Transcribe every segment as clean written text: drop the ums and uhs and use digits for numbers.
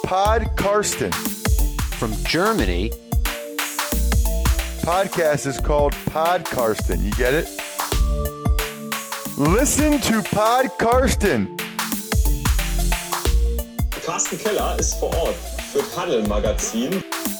Pod Karsten. From Germany. Podcast is called Pod Karsten. You get it? Listen to Pod Karsten. Carsten Keller ist vor Ort für Tunnel Magazin.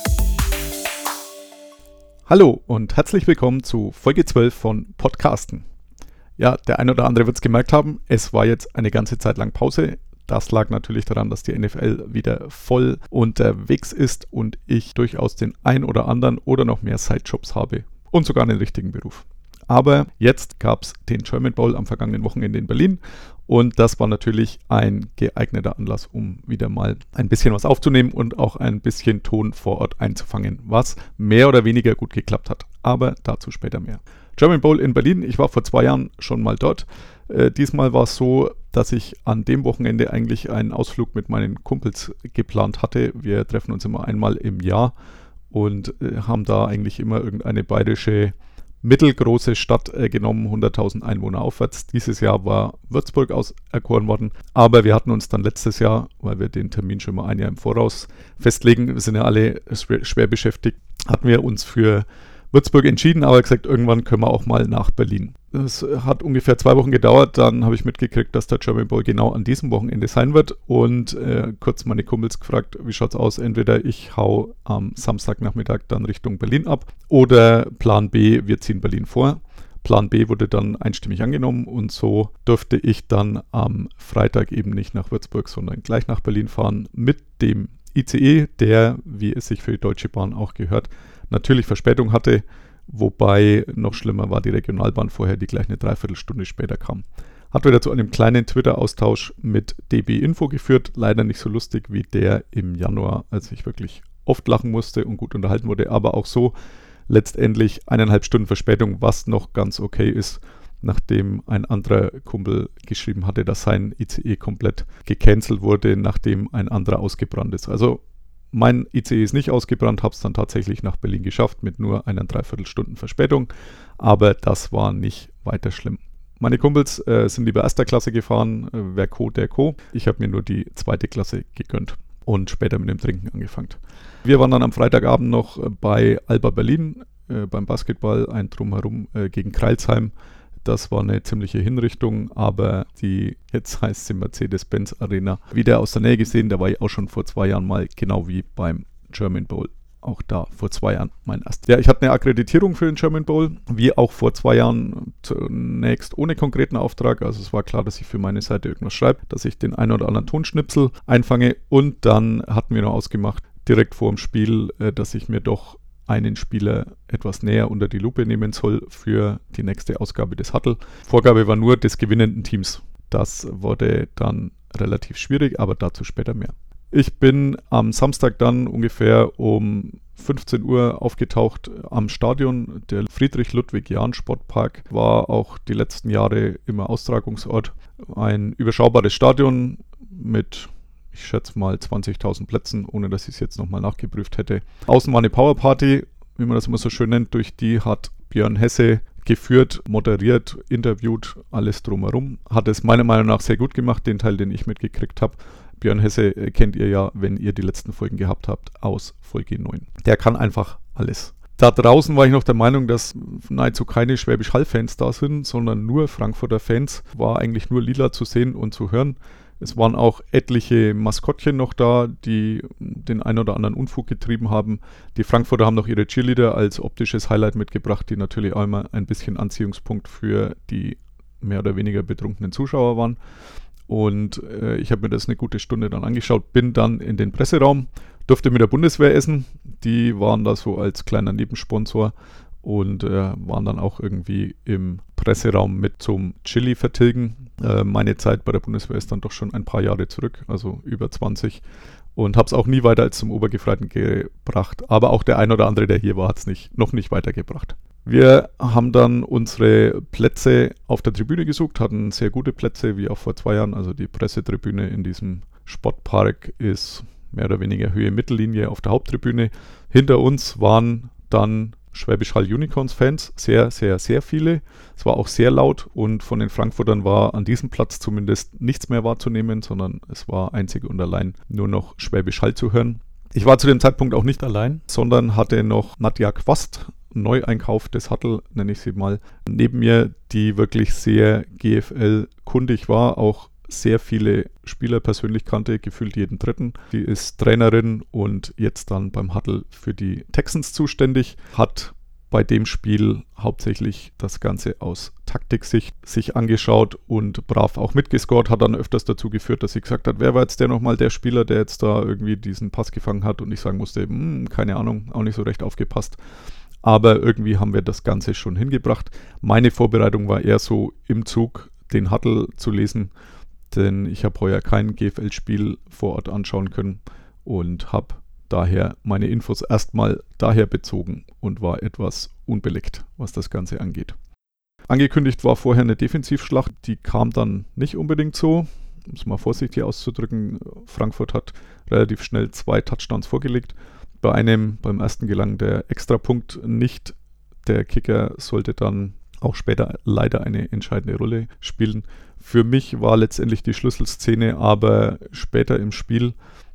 Hallo und herzlich willkommen zu Folge 12 von Podcasten. Ja, der ein oder andere wird es gemerkt haben, es war jetzt eine ganze Zeit lang Pause. Das lag natürlich daran, dass die NFL wieder voll unterwegs ist und ich durchaus den ein oder anderen oder noch mehr Sidejobs habe und sogar einen richtigen Beruf. Aber jetzt gab es den German Bowl am vergangenen Wochenende in Berlin und das war natürlich ein geeigneter Anlass, um wieder mal ein bisschen was aufzunehmen und auch ein bisschen Ton vor Ort einzufangen, was mehr oder weniger gut geklappt hat. Aber dazu später mehr. German Bowl in Berlin, ich war vor 2 Jahren schon mal dort. Diesmal war es so, dass ich an dem Wochenende eigentlich einen Ausflug mit meinen Kumpels geplant hatte. Wir treffen uns immer einmal im Jahr und haben da eigentlich immer irgendeine bayerische mittelgroße Stadt genommen, 100.000 Einwohner aufwärts. Dieses Jahr war Würzburg auserkoren worden, aber wir hatten uns dann letztes Jahr, weil wir den Termin schon mal ein Jahr im Voraus festlegen, wir sind ja alle schwer beschäftigt, hatten wir uns für Würzburg entschieden, aber gesagt, irgendwann können wir auch mal nach Berlin. Es hat ungefähr 2 Wochen gedauert, dann habe ich mitgekriegt, dass der German Bowl genau an diesem Wochenende sein wird und kurz meine Kumpels gefragt, wie schaut's aus, entweder ich hau am Samstagnachmittag dann Richtung Berlin ab oder Plan B, wir ziehen Berlin vor. Plan B wurde dann einstimmig angenommen und so durfte ich dann am Freitag eben nicht nach Würzburg, sondern gleich nach Berlin fahren mit dem ICE, der, wie es sich für die Deutsche Bahn auch gehört, natürlich Verspätung hatte, wobei noch schlimmer war die Regionalbahn vorher, die gleich eine Dreiviertelstunde später kam. Hat wieder zu einem kleinen Twitter-Austausch mit DB Info geführt, leider nicht so lustig wie der im Januar, als ich wirklich oft lachen musste und gut unterhalten wurde, aber auch so letztendlich 1,5 Stunden Verspätung, was noch ganz okay ist, nachdem ein anderer Kumpel geschrieben hatte, dass sein ICE komplett gecancelt wurde, nachdem ein anderer ausgebrannt ist. Also mein ICE ist nicht ausgebrannt, habe es dann tatsächlich nach Berlin geschafft mit nur 1,75 Stunden Verspätung, aber das war nicht weiter schlimm. Meine Kumpels sind lieber erster Klasse gefahren, wer Co, der Co. Ich habe mir nur die 2. Klasse gegönnt und später mit dem Trinken angefangen. Wir waren dann am Freitagabend noch bei Alba Berlin beim Basketball, ein Drumherum gegen Crailsheim. Das war eine ziemliche Hinrichtung, aber die, jetzt heißt sie Mercedes-Benz Arena, wieder aus der Nähe gesehen. Da war ich auch schon vor 2 Jahren mal, genau wie beim German Bowl. Auch da vor 2 Jahren mein erster. Ja, ich hatte eine Akkreditierung für den German Bowl, wie auch vor 2 Jahren zunächst ohne konkreten Auftrag. Also es war klar, dass ich für meine Seite irgendwas schreibe, dass ich den einen oder anderen Tonschnipsel einfange. Und dann hatten wir noch ausgemacht, direkt vor dem Spiel, dass ich mir doch einen Spieler etwas näher unter die Lupe nehmen soll für die nächste Ausgabe des Huddle. Vorgabe war nur des gewinnenden Teams. Das wurde dann relativ schwierig, aber dazu später mehr. Ich bin am Samstag dann ungefähr um 15 Uhr aufgetaucht am Stadion. Der Friedrich-Ludwig-Jahn-Sportpark war auch die letzten Jahre immer Austragungsort. Ein überschaubares Stadion mit, ich schätze mal, 20.000 Plätzen, ohne dass ich es jetzt nochmal nachgeprüft hätte. Außen war eine Powerparty, wie man das immer so schön nennt. Durch die hat Björn Hesse geführt, moderiert, interviewt, alles drumherum. Hat es meiner Meinung nach sehr gut gemacht, den Teil, den ich mitgekriegt habe. Björn Hesse kennt ihr ja, wenn ihr die letzten Folgen gehabt habt, aus Folge 9. Der kann einfach alles. Da draußen war ich noch der Meinung, dass nahezu keine Schwäbisch Hall-Fans da sind, sondern nur Frankfurter Fans. War eigentlich nur lila zu sehen und zu hören. Es waren auch etliche Maskottchen noch da, die den ein oder anderen Unfug getrieben haben. Die Frankfurter haben noch ihre Cheerleader als optisches Highlight mitgebracht, die natürlich auch immer ein bisschen Anziehungspunkt für die mehr oder weniger betrunkenen Zuschauer waren. Und ich habe mir das eine gute Stunde dann angeschaut, bin dann in den Presseraum, durfte mit der Bundeswehr essen. Die waren da so als kleiner Nebensponsor und waren dann auch irgendwie im Presseraum mit zum Chili vertilgen. Meine Zeit bei der Bundeswehr ist dann doch schon ein paar Jahre zurück, also über 20. Und habe es auch nie weiter als zum Obergefreiten gebracht. Aber auch der ein oder andere, der hier war, hat es noch nicht weitergebracht. Wir haben dann unsere Plätze auf der Tribüne gesucht, hatten sehr gute Plätze, wie auch vor 2 Jahren. Also die Pressetribüne in diesem Sportpark ist mehr oder weniger Höhe Mittellinie auf der Haupttribüne. Hinter uns waren dann Schwäbisch Hall Unicorns-Fans, sehr, sehr, sehr viele. Es war auch sehr laut und von den Frankfurtern war an diesem Platz zumindest nichts mehr wahrzunehmen, sondern es war einzig und allein nur noch Schwäbisch Hall zu hören. Ich war zu dem Zeitpunkt auch nicht allein, sondern hatte noch Nadja Quast, Neueinkauf des Huddle, nenne ich sie mal, neben mir, die wirklich sehr GFL-kundig war, auch sehr viele Spieler persönlich kannte, gefühlt jeden dritten. Die ist Trainerin und jetzt dann beim Huddle für die Texans zuständig, hat bei dem Spiel hauptsächlich das Ganze aus Taktiksicht sich angeschaut und brav auch mitgescored, hat dann öfters dazu geführt, dass sie gesagt hat, wer war jetzt nochmal der Spieler, der jetzt da irgendwie diesen Pass gefangen hat, und ich sagen musste, keine Ahnung, auch nicht so recht aufgepasst. Aber irgendwie haben wir das Ganze schon hingebracht. Meine Vorbereitung war eher so im Zug, den Huddle zu lesen, denn ich habe heuer kein GFL-Spiel vor Ort anschauen können und habe daher meine Infos erstmal daher bezogen und war etwas unbeleckt, was das Ganze angeht. Angekündigt war vorher eine Defensivschlacht, die kam dann nicht unbedingt so, um es mal vorsichtig auszudrücken. Frankfurt hat relativ schnell 2 Touchdowns vorgelegt. Beim ersten gelang der Extrapunkt nicht. Der Kicker sollte dann auch später leider eine entscheidende Rolle spielen. Für mich war letztendlich die Schlüsselszene aber später im Spiel,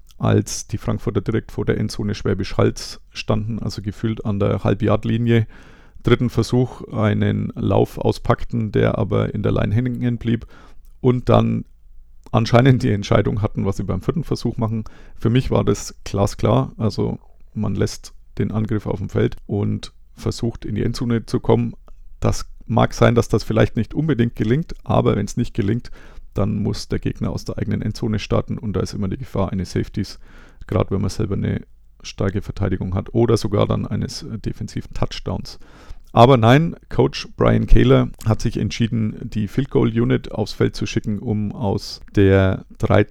als die Frankfurter direkt vor der Endzone Schwäbisch Halls standen, also gefühlt an der Halb-Yard-Linie. Dritten Versuch, einen Lauf auspackten, der aber in der Line hängen blieb und dann anscheinend die Entscheidung hatten, was sie beim 4. Versuch machen. Für mich war das glasklar, also man lässt den Angriff auf dem Feld und versucht in die Endzone zu kommen. Das mag sein, dass das vielleicht nicht unbedingt gelingt, aber wenn es nicht gelingt, dann muss der Gegner aus der eigenen Endzone starten und da ist immer die Gefahr eines Safeties, gerade wenn man selber eine starke Verteidigung hat oder sogar dann eines defensiven Touchdowns. Aber nein, Coach Brian Kaler hat sich entschieden, die Field Goal Unit aufs Feld zu schicken, um aus der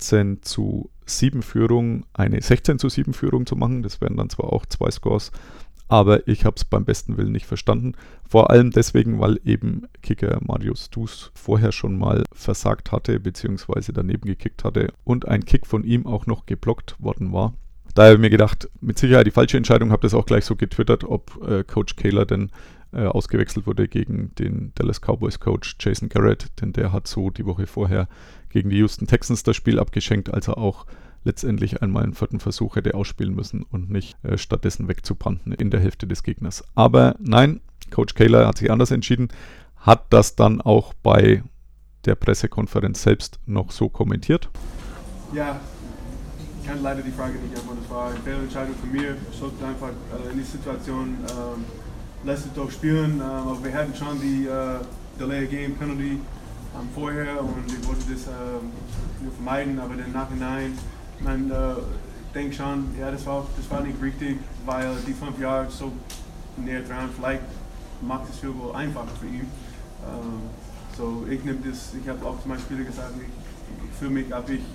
13:7 Führung eine 16:7 Führung zu machen. Das wären dann zwar auch 2 Scores, aber ich habe es beim besten Willen nicht verstanden. Vor allem deswegen, weil eben Kicker Marius Dus vorher schon mal versagt hatte, beziehungsweise daneben gekickt hatte und ein Kick von ihm auch noch geblockt worden war. Da habe ich mir gedacht, mit Sicherheit die falsche Entscheidung, habe das auch gleich so getwittert, ob Coach Kaler denn ausgewechselt wurde gegen den Dallas Cowboys Coach Jason Garrett, denn der hat so die Woche vorher gegen die Houston Texans das Spiel abgeschenkt, als er auch letztendlich einmal einen 4. Versuch hätte ausspielen müssen und nicht stattdessen wegzupanten in der Hälfte des Gegners. Aber nein, Coach Kaler hat sich anders entschieden, hat das dann auch bei der Pressekonferenz selbst noch so kommentiert. Ja, ich kann leider die Frage nicht antworten. Das war eine Fehlentscheidung von mir. Ich sollte einfach in die Situation letztes Tag spielen, aber wir hatten schon die Delay Game Penalty vorher und ich wollte das nur vermeiden, aber im Nachhinein, man denkt schon, ja, das war nicht richtig, weil die 5 Yards so näher dran, vielleicht macht das Field Goal einfacher für ihn. So, ich nehme das, ich habe auch zu meinen Spielern gesagt, ich fühle mich, als ich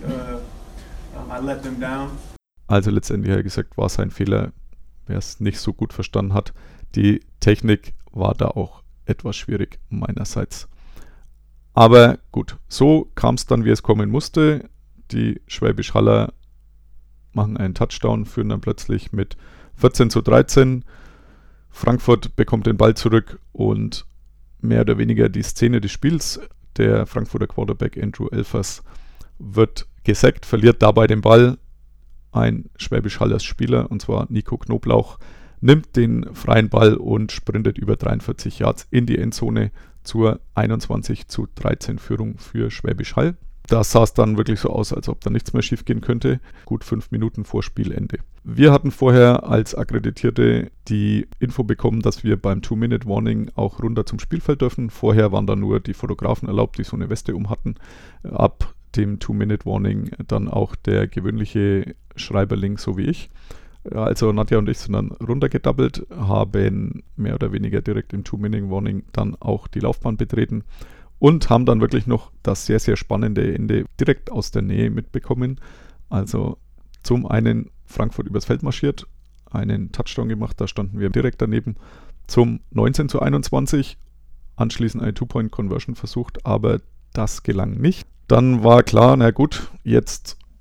I let them down. Also letztendlich hat er gesagt, war sein Fehler, wer es nicht so gut verstanden hat. Die Technik war da auch etwas schwierig meinerseits. Aber gut, so kam es dann, wie es kommen musste. Die Schwäbisch Haller machen einen Touchdown, führen dann plötzlich mit 14:13. Frankfurt bekommt den Ball zurück und mehr oder weniger die Szene des Spiels. Der Frankfurter Quarterback Andrew Elfers wird gesackt, verliert dabei den Ball. Ein Schwäbisch Hallers Spieler, und zwar Nico Knoblauch, nimmt den freien Ball und sprintet über 43 Yards in die Endzone zur 21:13 Führung für Schwäbisch Hall. Da sah es dann wirklich so aus, als ob da nichts mehr schief gehen könnte. Gut 5 Minuten vor Spielende. Wir hatten vorher als Akkreditierte die Info bekommen, dass wir beim 2-Minute-Warning auch runter zum Spielfeld dürfen. Vorher waren da nur die Fotografen erlaubt, die so eine Weste um hatten. Ab dem 2-Minute-Warning dann auch der gewöhnliche Schreiberling, so wie ich. Also Nadja und ich sind dann runtergedabbelt, haben mehr oder weniger direkt im 2-Minute-Warning dann auch die Laufbahn betreten und haben dann wirklich noch das sehr, sehr spannende Ende direkt aus der Nähe mitbekommen. Also zum einen Frankfurt übers Feld marschiert, einen Touchdown gemacht, da standen wir direkt daneben, zum 19:21, anschließend eine 2-Point-Conversion versucht, aber das gelang nicht. Dann war klar, na gut, jetzt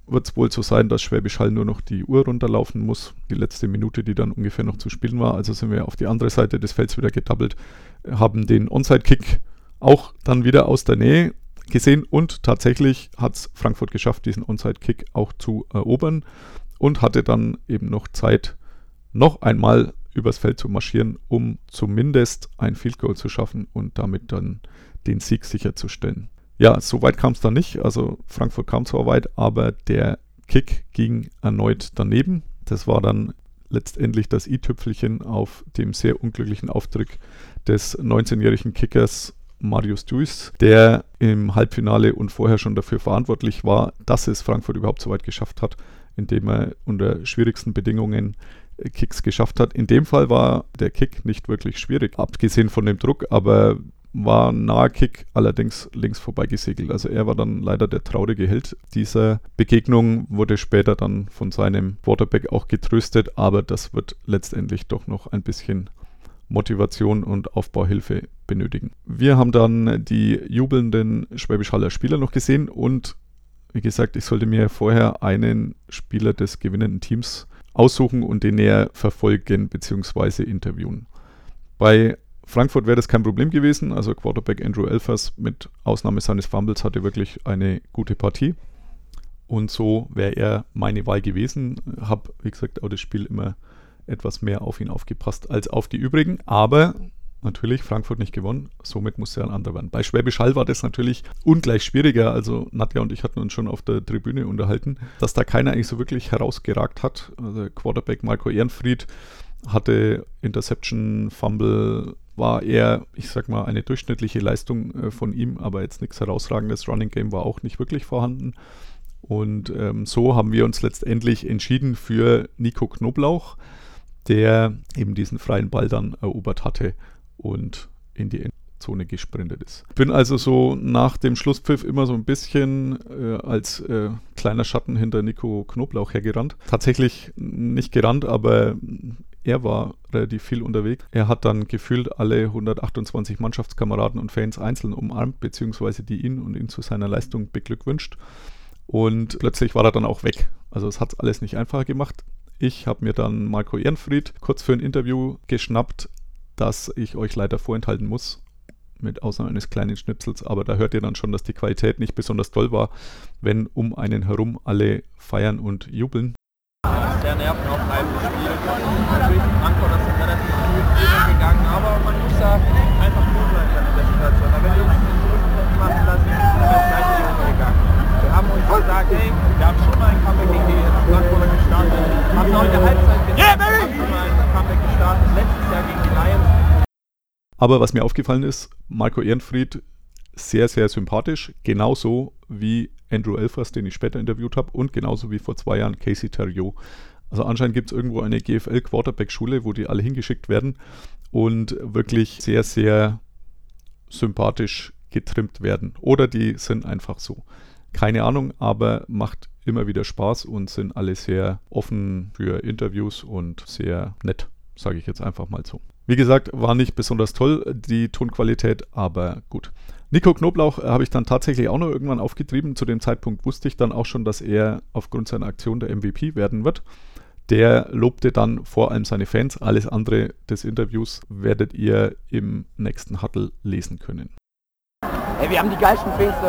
wird es wohl so sein, dass Schwäbisch Hall nur noch die Uhr runterlaufen muss. Die letzte Minute, die dann ungefähr noch zu spielen war. Also sind wir auf die andere Seite des Felds wieder gedoubelt, haben den Onside-Kick auch dann wieder aus der Nähe gesehen und tatsächlich hat es Frankfurt geschafft, diesen Onside-Kick auch zu erobern und hatte dann eben noch Zeit, noch einmal übers Feld zu marschieren, um zumindest ein Field Goal zu schaffen und damit dann den Sieg sicherzustellen. Ja, so weit kam es dann nicht, also Frankfurt kam zwar weit, aber der Kick ging erneut daneben. Das war dann letztendlich das i-Tüpfelchen auf dem sehr unglücklichen Auftritt des 19-jährigen Kickers Marius Duis, der im Halbfinale und vorher schon dafür verantwortlich war, dass es Frankfurt überhaupt so weit geschafft hat, indem er unter schwierigsten Bedingungen Kicks geschafft hat. In dem Fall war der Kick nicht wirklich schwierig, abgesehen von dem Druck, aber war ein naher Kick, allerdings links vorbei gesegelt. Also er war dann leider der traurige Held dieser Begegnung, wurde später dann von seinem Quarterback auch getröstet, aber das wird letztendlich doch noch ein bisschen Motivation und Aufbauhilfe benötigen. Wir haben dann die jubelnden Schwäbisch Haller Spieler noch gesehen und wie gesagt, ich sollte mir vorher einen Spieler des gewinnenden Teams aussuchen und den näher verfolgen bzw. interviewen. Bei Frankfurt wäre das kein Problem gewesen, also Quarterback Andrew Elfers mit Ausnahme seines Fumbles hatte wirklich eine gute Partie und so wäre er meine Wahl gewesen. Habe, wie gesagt, auch das Spiel immer etwas mehr auf ihn aufgepasst als auf die übrigen, aber natürlich Frankfurt nicht gewonnen, somit musste er ein anderer werden. Bei Schwäbisch Hall war das natürlich ungleich schwieriger, also Nadja und ich hatten uns schon auf der Tribüne unterhalten, dass da keiner eigentlich so wirklich herausgeragt hat. Also Quarterback Marco Ehrenfried hatte Interception, Fumble, war eher, ich sag mal, eine durchschnittliche Leistung von ihm, aber jetzt nichts Herausragendes. Running Game war auch nicht wirklich vorhanden. Und so haben wir uns letztendlich entschieden für Nico Knoblauch, der eben diesen freien Ball dann erobert hatte und in die Endzone gesprintet ist. Bin also so nach dem Schlusspfiff immer so ein bisschen als kleiner Schatten hinter Nico Knoblauch hergerannt. Tatsächlich nicht gerannt, aber er war relativ viel unterwegs. Er hat dann gefühlt alle 128 Mannschaftskameraden und Fans einzeln umarmt, beziehungsweise die ihn zu seiner Leistung beglückwünscht. Und plötzlich war er dann auch weg. Also es hat es alles nicht einfacher gemacht. Ich habe mir dann Marco Ehrenfried kurz für ein Interview geschnappt, das ich euch leider vorenthalten muss, mit Ausnahme eines kleinen Schnipsels, aber da hört ihr dann schon, dass die Qualität nicht besonders toll war, wenn um einen herum alle feiern und jubeln. Sehr nervenaufreibendes Spiel. Natürlich Frankfurt ist relativ gut gegangen, aber man muss da einfach gut sein in der Situation. Aber wenn wir uns den Rücken machen lassen, dann wäre es gleich wieder untergegangen. Wir haben uns gesagt, hey, wir haben schon mal ein Comeback gegen die Frankfurter gestartet, haben noch in der Halbzeit haben schon mal ein Comeback gestartet, letztes Jahr gegen die Lions. Aber was mir aufgefallen ist, Marco Ehrenfried sehr, sehr sympathisch, genauso wie Andrew Elfers, den ich später interviewt habe, und genauso wie vor 2 Jahren Casey Theriot. Also anscheinend gibt es irgendwo eine GFL-Quarterback-Schule, wo die alle hingeschickt werden und wirklich sehr, sehr sympathisch getrimmt werden. Oder die sind einfach so. Keine Ahnung, aber macht immer wieder Spaß und sind alle sehr offen für Interviews und sehr nett, sage ich jetzt einfach mal so. Wie gesagt, war nicht besonders toll, die Tonqualität, aber gut. Nico Knoblauch habe ich dann tatsächlich auch noch irgendwann aufgetrieben. Zu dem Zeitpunkt wusste ich dann auch schon, dass er aufgrund seiner Aktion der MVP werden wird. Der lobte dann vor allem seine Fans. Alles andere des Interviews werdet ihr im nächsten Huddle lesen können. Hey, wir haben die geilsten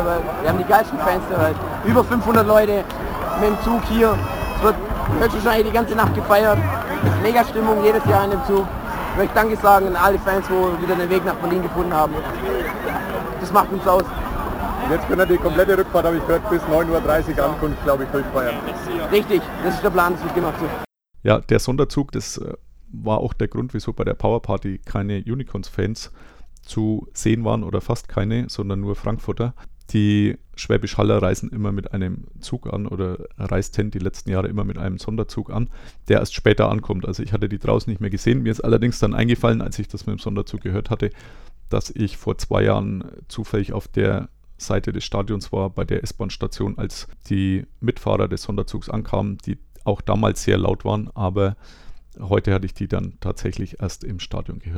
Fans der Welt. Über 500 Leute mit dem Zug hier. Es wird höchstwahrscheinlich die ganze Nacht gefeiert. Mega Stimmung jedes Jahr in dem Zug. Ich möchte Danke sagen an alle Fans, wo wieder den Weg nach Berlin gefunden haben. Das macht uns aus. Jetzt können wir die komplette Rückfahrt, habe ich gehört, bis 9:30 Uhr Ankunft, glaube ich, durchfeiern. Richtig, das ist der Plan, das wird gemacht. Ja, der Sonderzug, das war auch der Grund, wieso bei der Powerparty keine Unicorns-Fans zu sehen waren oder fast keine, sondern nur Frankfurter. Die Schwäbisch Haller reisen immer mit einem Zug an oder reisten die letzten Jahre immer mit einem Sonderzug an, der erst später ankommt. Also ich hatte die draußen nicht mehr gesehen. Mir ist allerdings dann eingefallen, als ich das mit dem Sonderzug gehört hatte, dass ich vor 2 Jahren zufällig auf der Seite des Stadions war, bei der S-Bahn-Station, als die Mitfahrer des Sonderzugs ankamen, die auch damals sehr laut waren, aber heute hatte ich die dann tatsächlich erst im Stadion gehört.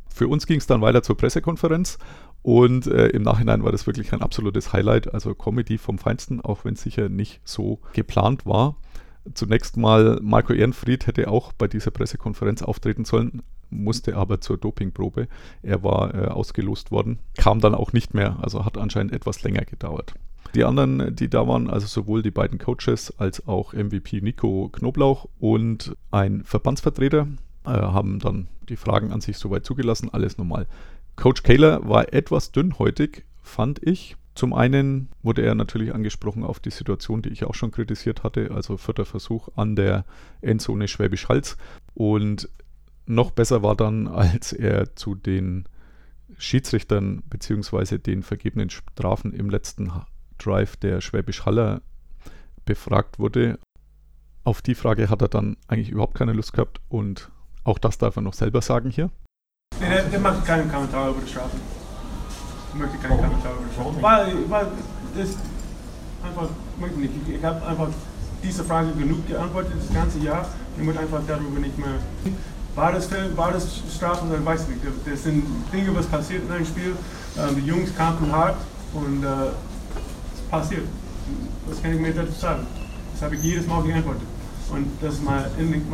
Für uns ging es dann weiter zur Pressekonferenz und im Nachhinein war das wirklich ein absolutes Highlight, also Comedy vom Feinsten, auch wenn es sicher nicht so geplant war. Zunächst mal, Marco Ehrenfried hätte auch bei dieser Pressekonferenz auftreten sollen, musste aber zur Dopingprobe. Er war ausgelost worden, kam dann auch nicht mehr, also hat anscheinend etwas länger gedauert. Die anderen, die da waren, also sowohl die beiden Coaches als auch MVP Nico Knoblauch und ein Verbandsvertreter, haben dann die Fragen an sich soweit zugelassen, alles normal. Coach Kaler war etwas dünnhäutig, fand ich. Zum einen wurde er natürlich angesprochen auf die Situation, die ich auch schon kritisiert hatte, also 4. Versuch an der Endzone Schwäbisch Hall. Und noch besser war dann, als er zu den Schiedsrichtern bzw. den vergebenen Strafen im letzten Drive der Schwäbisch Haller befragt wurde. Auf die Frage hat er dann eigentlich überhaupt keine Lust gehabt und auch das darf er noch selber sagen hier. Nee, der macht keinen Kommentar über die Strafen. Ich möchte keinen Kommentar über die Strafen. Weil das einfach, möchte nicht. Ich habe einfach diese Frage genug geantwortet das ganze Jahr. Ich muss einfach darüber nicht mehr. War das Strafen, dann weiß ich nicht. Das sind Dinge, was passiert in einem Spiel. Die Jungs kämpfen hart und es passiert. Was kann ich mir dazu sagen? Das habe ich jedes Mal geantwortet. Und das ist mal.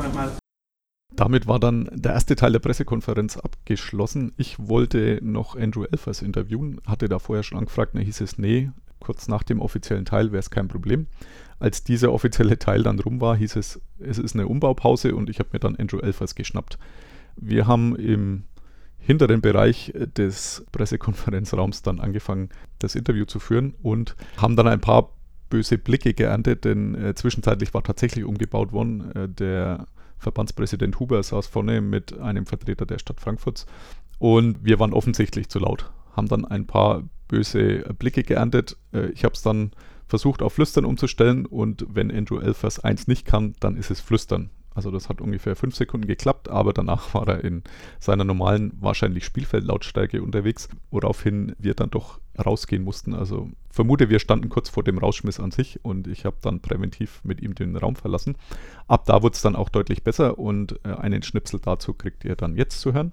Damit war dann der erste Teil der Pressekonferenz abgeschlossen. Ich wollte noch Andrew Elfers interviewen, hatte da vorher schon angefragt, da hieß es, nee, kurz nach dem offiziellen Teil wäre es kein Problem. Als dieser offizielle Teil dann rum war, hieß es ist eine Umbaupause und ich habe mir dann Andrew Elfers geschnappt. Wir haben im hinteren Bereich des Pressekonferenzraums dann angefangen, das Interview zu führen und haben dann ein paar böse Blicke geerntet, denn zwischenzeitlich war tatsächlich umgebaut worden. Der Verbandspräsident Huber saß vorne mit einem Vertreter der Stadt Frankfurts und wir waren offensichtlich zu laut, haben dann ein paar böse Blicke geerntet. Ich habe es dann versucht auf Flüstern umzustellen und wenn Andrew Elfers eins nicht kann, dann ist es Flüstern. Also das hat ungefähr 5 Sekunden geklappt, aber danach war er in seiner normalen, wahrscheinlich Spielfeldlautstärke unterwegs, woraufhin wir dann doch rausgehen mussten. Also vermute, wir standen kurz vor dem Rausschmiss an sich und ich habe dann präventiv mit ihm den Raum verlassen. Ab da wurde es dann auch deutlich besser und einen Schnipsel dazu kriegt ihr dann jetzt zu hören.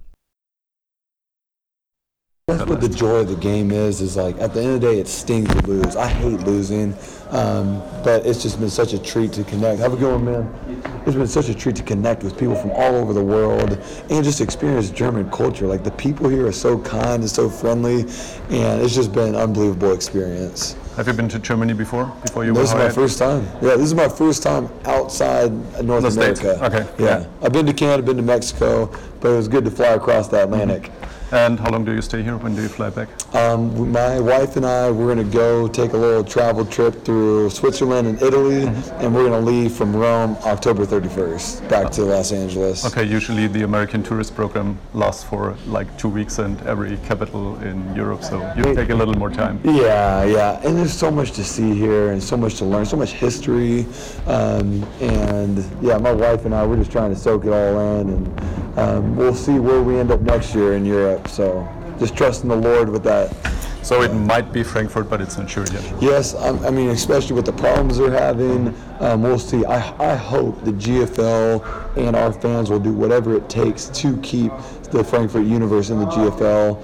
That's what the joy of the game is like at the end of the day it stings to lose. I hate losing, but it's just been such a treat to connect. Have a good one, man. It's been such a treat to connect with people from all over the world and just experience German culture. Like the people here are so kind and so friendly and it's just been an unbelievable experience. Have you been to Germany before you were This is my hired? first time. Yeah, this is my first time outside North America. Okay. Yeah. I've been to Canada, been to Mexico, but it was good to fly across the Atlantic. And how long do you stay here? When do you fly back? My wife and I, we're going to go take a little travel trip through Switzerland and Italy, and we're going to leave from Rome October 31st back to Los Angeles. Okay, usually the American tourist program lasts for like 2 weeks and every capital in Europe, so you take a little more time. Yeah, and there's so much to see here and so much to learn, so much history, and yeah, my wife and I, we're just trying to soak it all in, and we'll see where we end up next year in Europe. So just trusting the Lord with that. So it might be Frankfurt, but it's not sure yet. Yes, I mean, especially with the problems they're having, we'll see. I hope the GFL and our fans will do whatever it takes to keep the Frankfurt Universe in the GFL.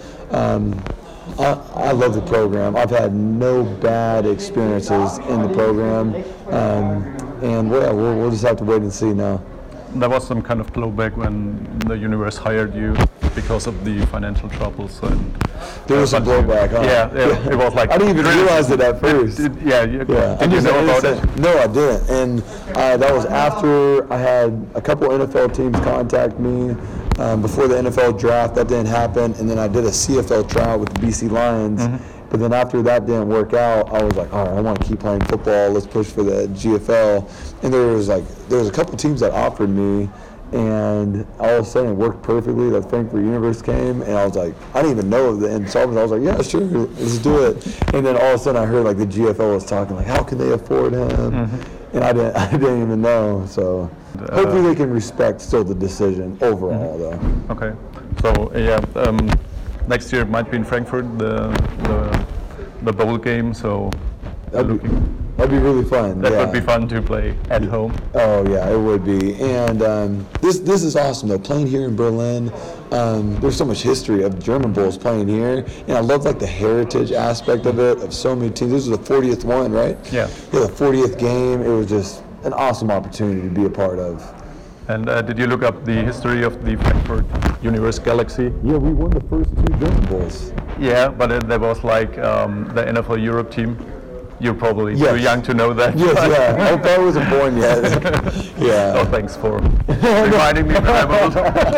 I love the program. I've had no bad experiences in the program, and we'll just have to wait and see now. There was some kind of blowback when the Universe hired you because of the financial troubles. And there was some blowback, huh? Yeah, it was like... I didn't even realize it at first. Did you know about it? No, I didn't. And that was after I had a couple NFL teams contact me before the NFL draft. That didn't happen. And then I did a CFL trial with the BC Lions. Mm-hmm. But then after that didn't work out, I was like, all right, I want to keep playing football. Let's push for the GFL. And there was a couple teams that offered me, and all of a sudden it worked perfectly. That Frankfurt Universe came, and I was like, I didn't even know the insolvency. I was like, yeah, sure, let's do it. And then all of a sudden I heard like the GFL was talking like, how can they afford him? Mm-hmm. And I didn't even know. So hopefully they can respect still the decision overall, though. Okay. So next year it might be in Frankfurt, the bowl game. So That'd be really fun. That would be fun to play at home. Oh yeah, it would be. And this is awesome though. Playing here in Berlin, there's so much history of German Bulls playing here, and I love like the heritage aspect of it. Of so many teams. This is the 40th one, right? Yeah. Yeah, the 40th game. It was just an awesome opportunity to be a part of. And did you look up the history of the Frankfurt Universe Galaxy? Yeah, we won the first 2 German Bulls. Yeah, but there was like the NFL Europe team. You're probably too young to know that. Yes, yeah. I wasn't born yet. Yeah. Oh, thanks for reminding me that I was.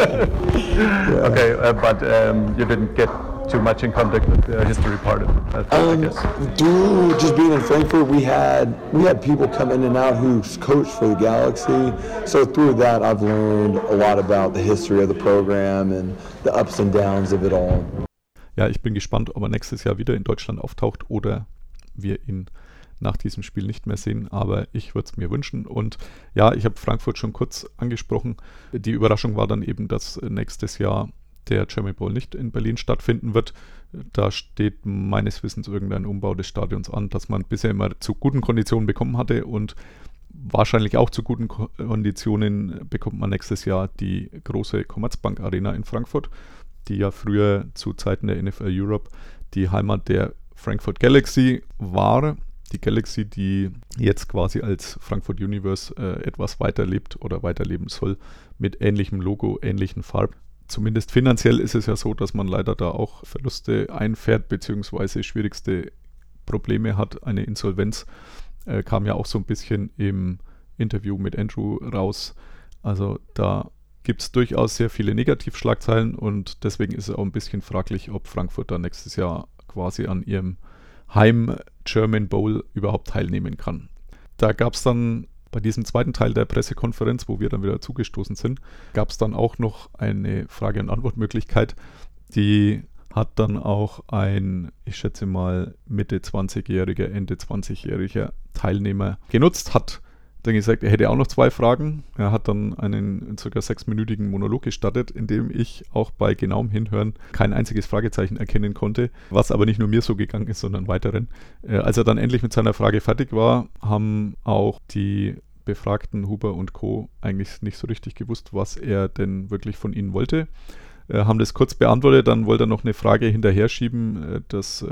Okay, but you didn't get too much in contact with the history part of it, I guess. Through just being in Frankfurt, we had people come in and out who coached for the Galaxy. So through that, I've learned a lot about the history of the program and the ups and downs of it all. Ja, ich bin gespannt, ob er nächstes Jahr wieder in Deutschland auftaucht oder wir ihn nach diesem Spiel nicht mehr sehen, aber ich würde es mir wünschen. Und ja, ich habe Frankfurt schon kurz angesprochen. Die Überraschung war dann eben, dass nächstes Jahr der German Bowl nicht in Berlin stattfinden wird. Da steht meines Wissens irgendein Umbau des Stadions an, das man bisher immer zu guten Konditionen bekommen hatte, und wahrscheinlich auch zu guten Konditionen bekommt man nächstes Jahr die große Commerzbank Arena in Frankfurt, die ja früher zu Zeiten der NFL Europe die Heimat der Frankfurt Galaxy war. Die Galaxy, die jetzt quasi als Frankfurt Universe etwas weiterlebt oder weiterleben soll, mit ähnlichem Logo, ähnlichen Farben. Zumindest finanziell ist es ja so, dass man leider da auch Verluste einfährt, beziehungsweise schwierigste Probleme hat. Eine Insolvenz kam ja auch so ein bisschen im Interview mit Andrew raus. Also da gibt es durchaus sehr viele Negativschlagzeilen, und deswegen ist es auch ein bisschen fraglich, ob Frankfurt da nächstes Jahr quasi an ihrem Heim-German Bowl überhaupt teilnehmen kann. Da gab es dann bei diesem zweiten Teil der Pressekonferenz, wo wir dann wieder zugestoßen sind, gab es dann auch noch eine Frage- und Antwortmöglichkeit. Die hat dann auch ein, ich schätze mal, Mitte 20-jähriger, Ende 20-jähriger Teilnehmer genutzt, hat dann gesagt, er hätte auch noch 2 Fragen. Er hat dann einen ca. 6-minütigen Monolog gestartet, in dem ich auch bei genauem Hinhören kein einziges Fragezeichen erkennen konnte, was aber nicht nur mir so gegangen ist, sondern weiteren. Als er dann endlich mit seiner Frage fertig war, haben auch die befragten Huber und Co. eigentlich nicht so richtig gewusst, was er denn wirklich von ihnen wollte. Haben das kurz beantwortet, dann wollte er noch eine Frage hinterher schieben,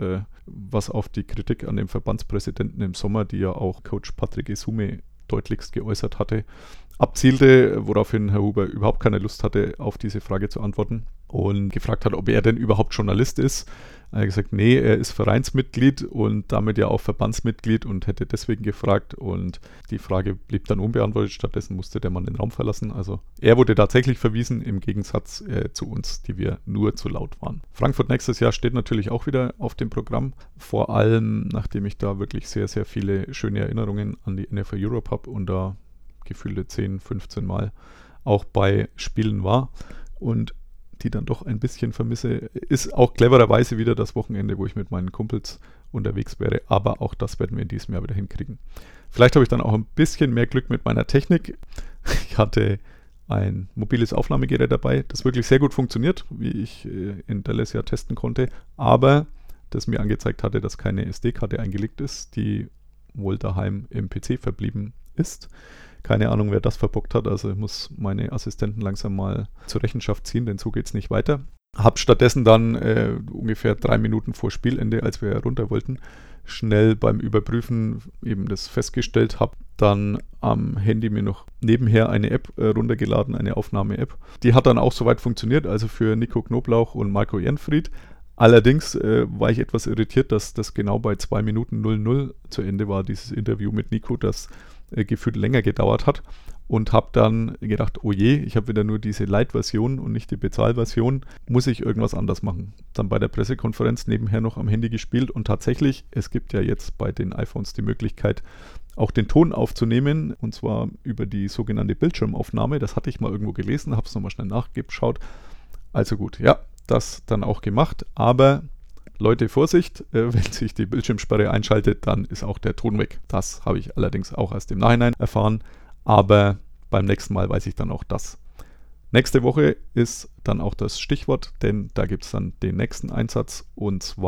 was auf die Kritik an dem Verbandspräsidenten im Sommer, die ja auch Coach Patrick Esume deutlichst geäußert hatte, abzielte, woraufhin Herr Huber überhaupt keine Lust hatte, auf diese Frage zu antworten und gefragt hat, ob er denn überhaupt Journalist ist. Er hat gesagt, nee, er ist Vereinsmitglied und damit ja auch Verbandsmitglied und hätte deswegen gefragt, und die Frage blieb dann unbeantwortet. Stattdessen musste der Mann den Raum verlassen. Also er wurde tatsächlich verwiesen, im Gegensatz zu uns, die wir nur zu laut waren. Frankfurt nächstes Jahr steht natürlich auch wieder auf dem Programm, vor allem nachdem ich da wirklich sehr, sehr viele schöne Erinnerungen an die NFL Europe habe und da gefühlte 10, 15 Mal auch bei Spielen war und die dann doch ein bisschen vermisse, ist auch clevererweise wieder das Wochenende, wo ich mit meinen Kumpels unterwegs wäre, aber auch das werden wir in diesem Jahr wieder hinkriegen. Vielleicht habe ich dann auch ein bisschen mehr Glück mit meiner Technik. Ich hatte ein mobiles Aufnahmegerät dabei, das wirklich sehr gut funktioniert, wie ich in Dallas ja testen konnte, aber das mir angezeigt hatte, dass keine SD-Karte eingelegt ist, die wohl daheim im PC verblieben ist. Keine Ahnung, wer das verbockt hat, also ich muss meine Assistenten langsam mal zur Rechenschaft ziehen, denn so geht es nicht weiter. Hab stattdessen dann ungefähr 3 Minuten vor Spielende, als wir runter wollten, schnell beim Überprüfen eben das festgestellt, habe dann am Handy mir noch nebenher eine App runtergeladen, eine Aufnahme-App. Die hat dann auch soweit funktioniert, also für Nico Knoblauch und Marco Ehrenfried. Allerdings war ich etwas irritiert, dass das genau bei 2 Minuten 00 zu Ende war, dieses Interview mit Nico, das gefühlt länger gedauert hat, und habe dann gedacht, oh je, ich habe wieder nur diese Light-Version und nicht die Bezahlversion, muss ich irgendwas anders machen. Dann bei der Pressekonferenz nebenher noch am Handy gespielt, und tatsächlich, es gibt ja jetzt bei den iPhones die Möglichkeit, auch den Ton aufzunehmen, und zwar über die sogenannte Bildschirmaufnahme. Das hatte ich mal irgendwo gelesen, habe es nochmal schnell nachgeschaut. Also gut, ja, das dann auch gemacht, aber Leute, Vorsicht, wenn sich die Bildschirmsperre einschaltet, dann ist auch der Ton weg. Das habe ich allerdings auch erst im Nachhinein erfahren, aber beim nächsten Mal weiß ich dann auch das. Nächste Woche ist dann auch das Stichwort, denn da gibt es dann den nächsten Einsatz, und zwar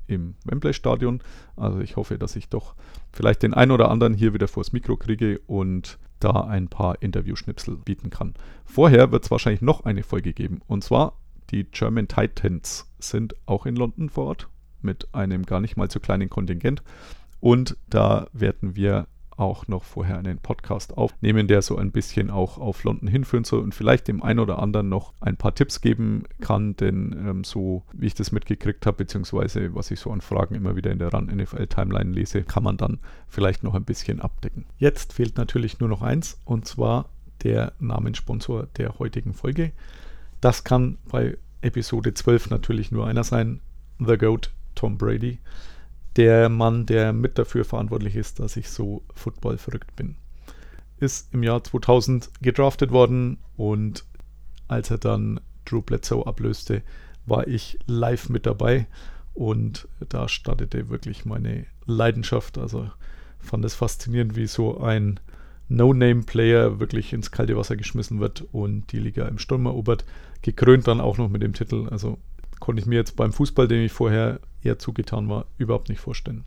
im Wembley-Stadion. Also ich hoffe, dass ich doch vielleicht den einen oder anderen hier wieder vors Mikro kriege und da ein paar Interviewschnipsel bieten kann. Vorher wird es wahrscheinlich noch eine Folge geben. Und zwar die German Titans sind auch in London vor Ort mit einem gar nicht mal so kleinen Kontingent. Und da werden wir auch noch vorher einen Podcast aufnehmen, der so ein bisschen auch auf London hinführen soll und vielleicht dem einen oder anderen noch ein paar Tipps geben kann, denn so wie ich das mitgekriegt habe, beziehungsweise was ich so an Fragen immer wieder in der RAN NFL Timeline lese, kann man dann vielleicht noch ein bisschen abdecken. Jetzt fehlt natürlich nur noch eins, und zwar der Namenssponsor der heutigen Folge. Das kann bei Episode 12 natürlich nur einer sein, The GOAT, Tom Brady. Der Mann, der mit dafür verantwortlich ist, dass ich so Football verrückt bin. Ist im Jahr 2000 gedraftet worden und als er dann Drew Bledsoe ablöste, war ich live mit dabei und da startete wirklich meine Leidenschaft. Also fand es faszinierend, wie so ein No-Name-Player wirklich ins kalte Wasser geschmissen wird und die Liga im Sturm erobert. Gekrönt dann auch noch mit dem Titel. Also konnte ich mir jetzt beim Fußball, dem ich vorher eher zugetan war, überhaupt nicht vorstellen.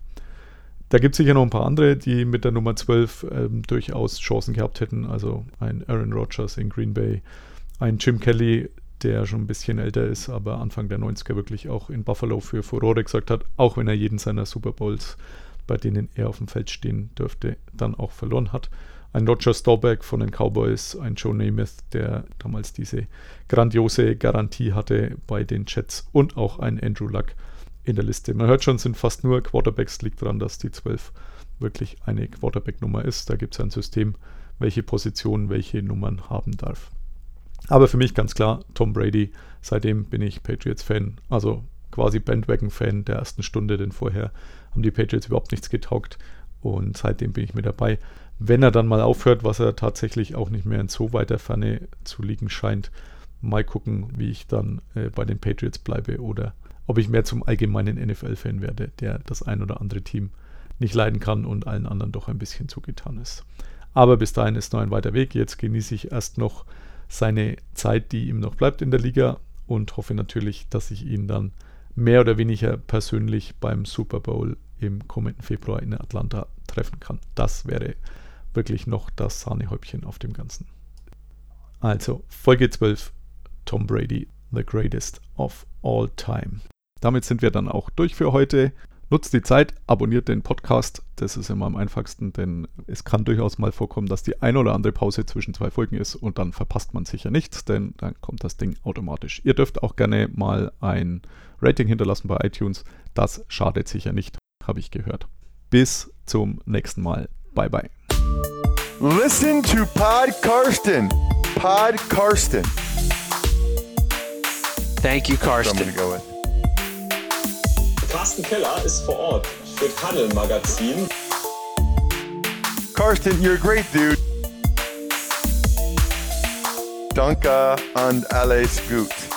Da gibt es sicher noch ein paar andere, die mit der Nummer 12 durchaus Chancen gehabt hätten. Also ein Aaron Rodgers in Green Bay, ein Jim Kelly, der schon ein bisschen älter ist, aber Anfang der 90er wirklich auch in Buffalo für Furore gesorgt hat, auch wenn er jeden seiner Super Bowls, bei denen er auf dem Feld stehen dürfte, dann auch verloren hat. Ein Roger Staubach von den Cowboys, ein Joe Namath, der damals diese grandiose Garantie hatte bei den Jets und auch ein Andrew Luck in der Liste. Man hört schon, sind fast nur Quarterbacks, liegt daran, dass die 12 wirklich eine Quarterback-Nummer ist. Da gibt es ein System, welche Position welche Nummern haben darf. Aber für mich ganz klar, Tom Brady, seitdem bin ich Patriots-Fan, also quasi Bandwagon-Fan der ersten Stunde, denn vorher haben die Patriots überhaupt nichts getaugt und seitdem bin ich mit dabei. Wenn er dann mal aufhört, was er tatsächlich auch nicht mehr in so weiter Ferne zu liegen scheint, mal gucken, wie ich dann bei den Patriots bleibe oder ob ich mehr zum allgemeinen NFL-Fan werde, der das ein oder andere Team nicht leiden kann und allen anderen doch ein bisschen zugetan ist. Aber bis dahin ist noch ein weiter Weg. Jetzt genieße ich erst noch seine Zeit, die ihm noch bleibt in der Liga und hoffe natürlich, dass ich ihn dann mehr oder weniger persönlich beim Super Bowl im kommenden Februar in Atlanta treffen kann. Das wäre wirklich noch das Sahnehäubchen auf dem Ganzen. Also, Folge 12, Tom Brady, the greatest of all time. Damit sind wir dann auch durch für heute. Nutzt die Zeit, abonniert den Podcast. Das ist immer am einfachsten, denn es kann durchaus mal vorkommen, dass die eine oder andere Pause zwischen 2 Folgen ist und dann verpasst man sicher nichts, denn dann kommt das Ding automatisch. Ihr dürft auch gerne mal ein Rating hinterlassen bei iTunes. Das schadet sicher nicht, habe ich gehört. Bis zum nächsten Mal. Bye bye. Listen to Pod Karsten. Pod Karsten. Thank you, Karsten. I'm gonna go with. Carsten Keller ist vor Ort für Tunnel Magazin. Karsten, you're a great dude. Danke und alles gut.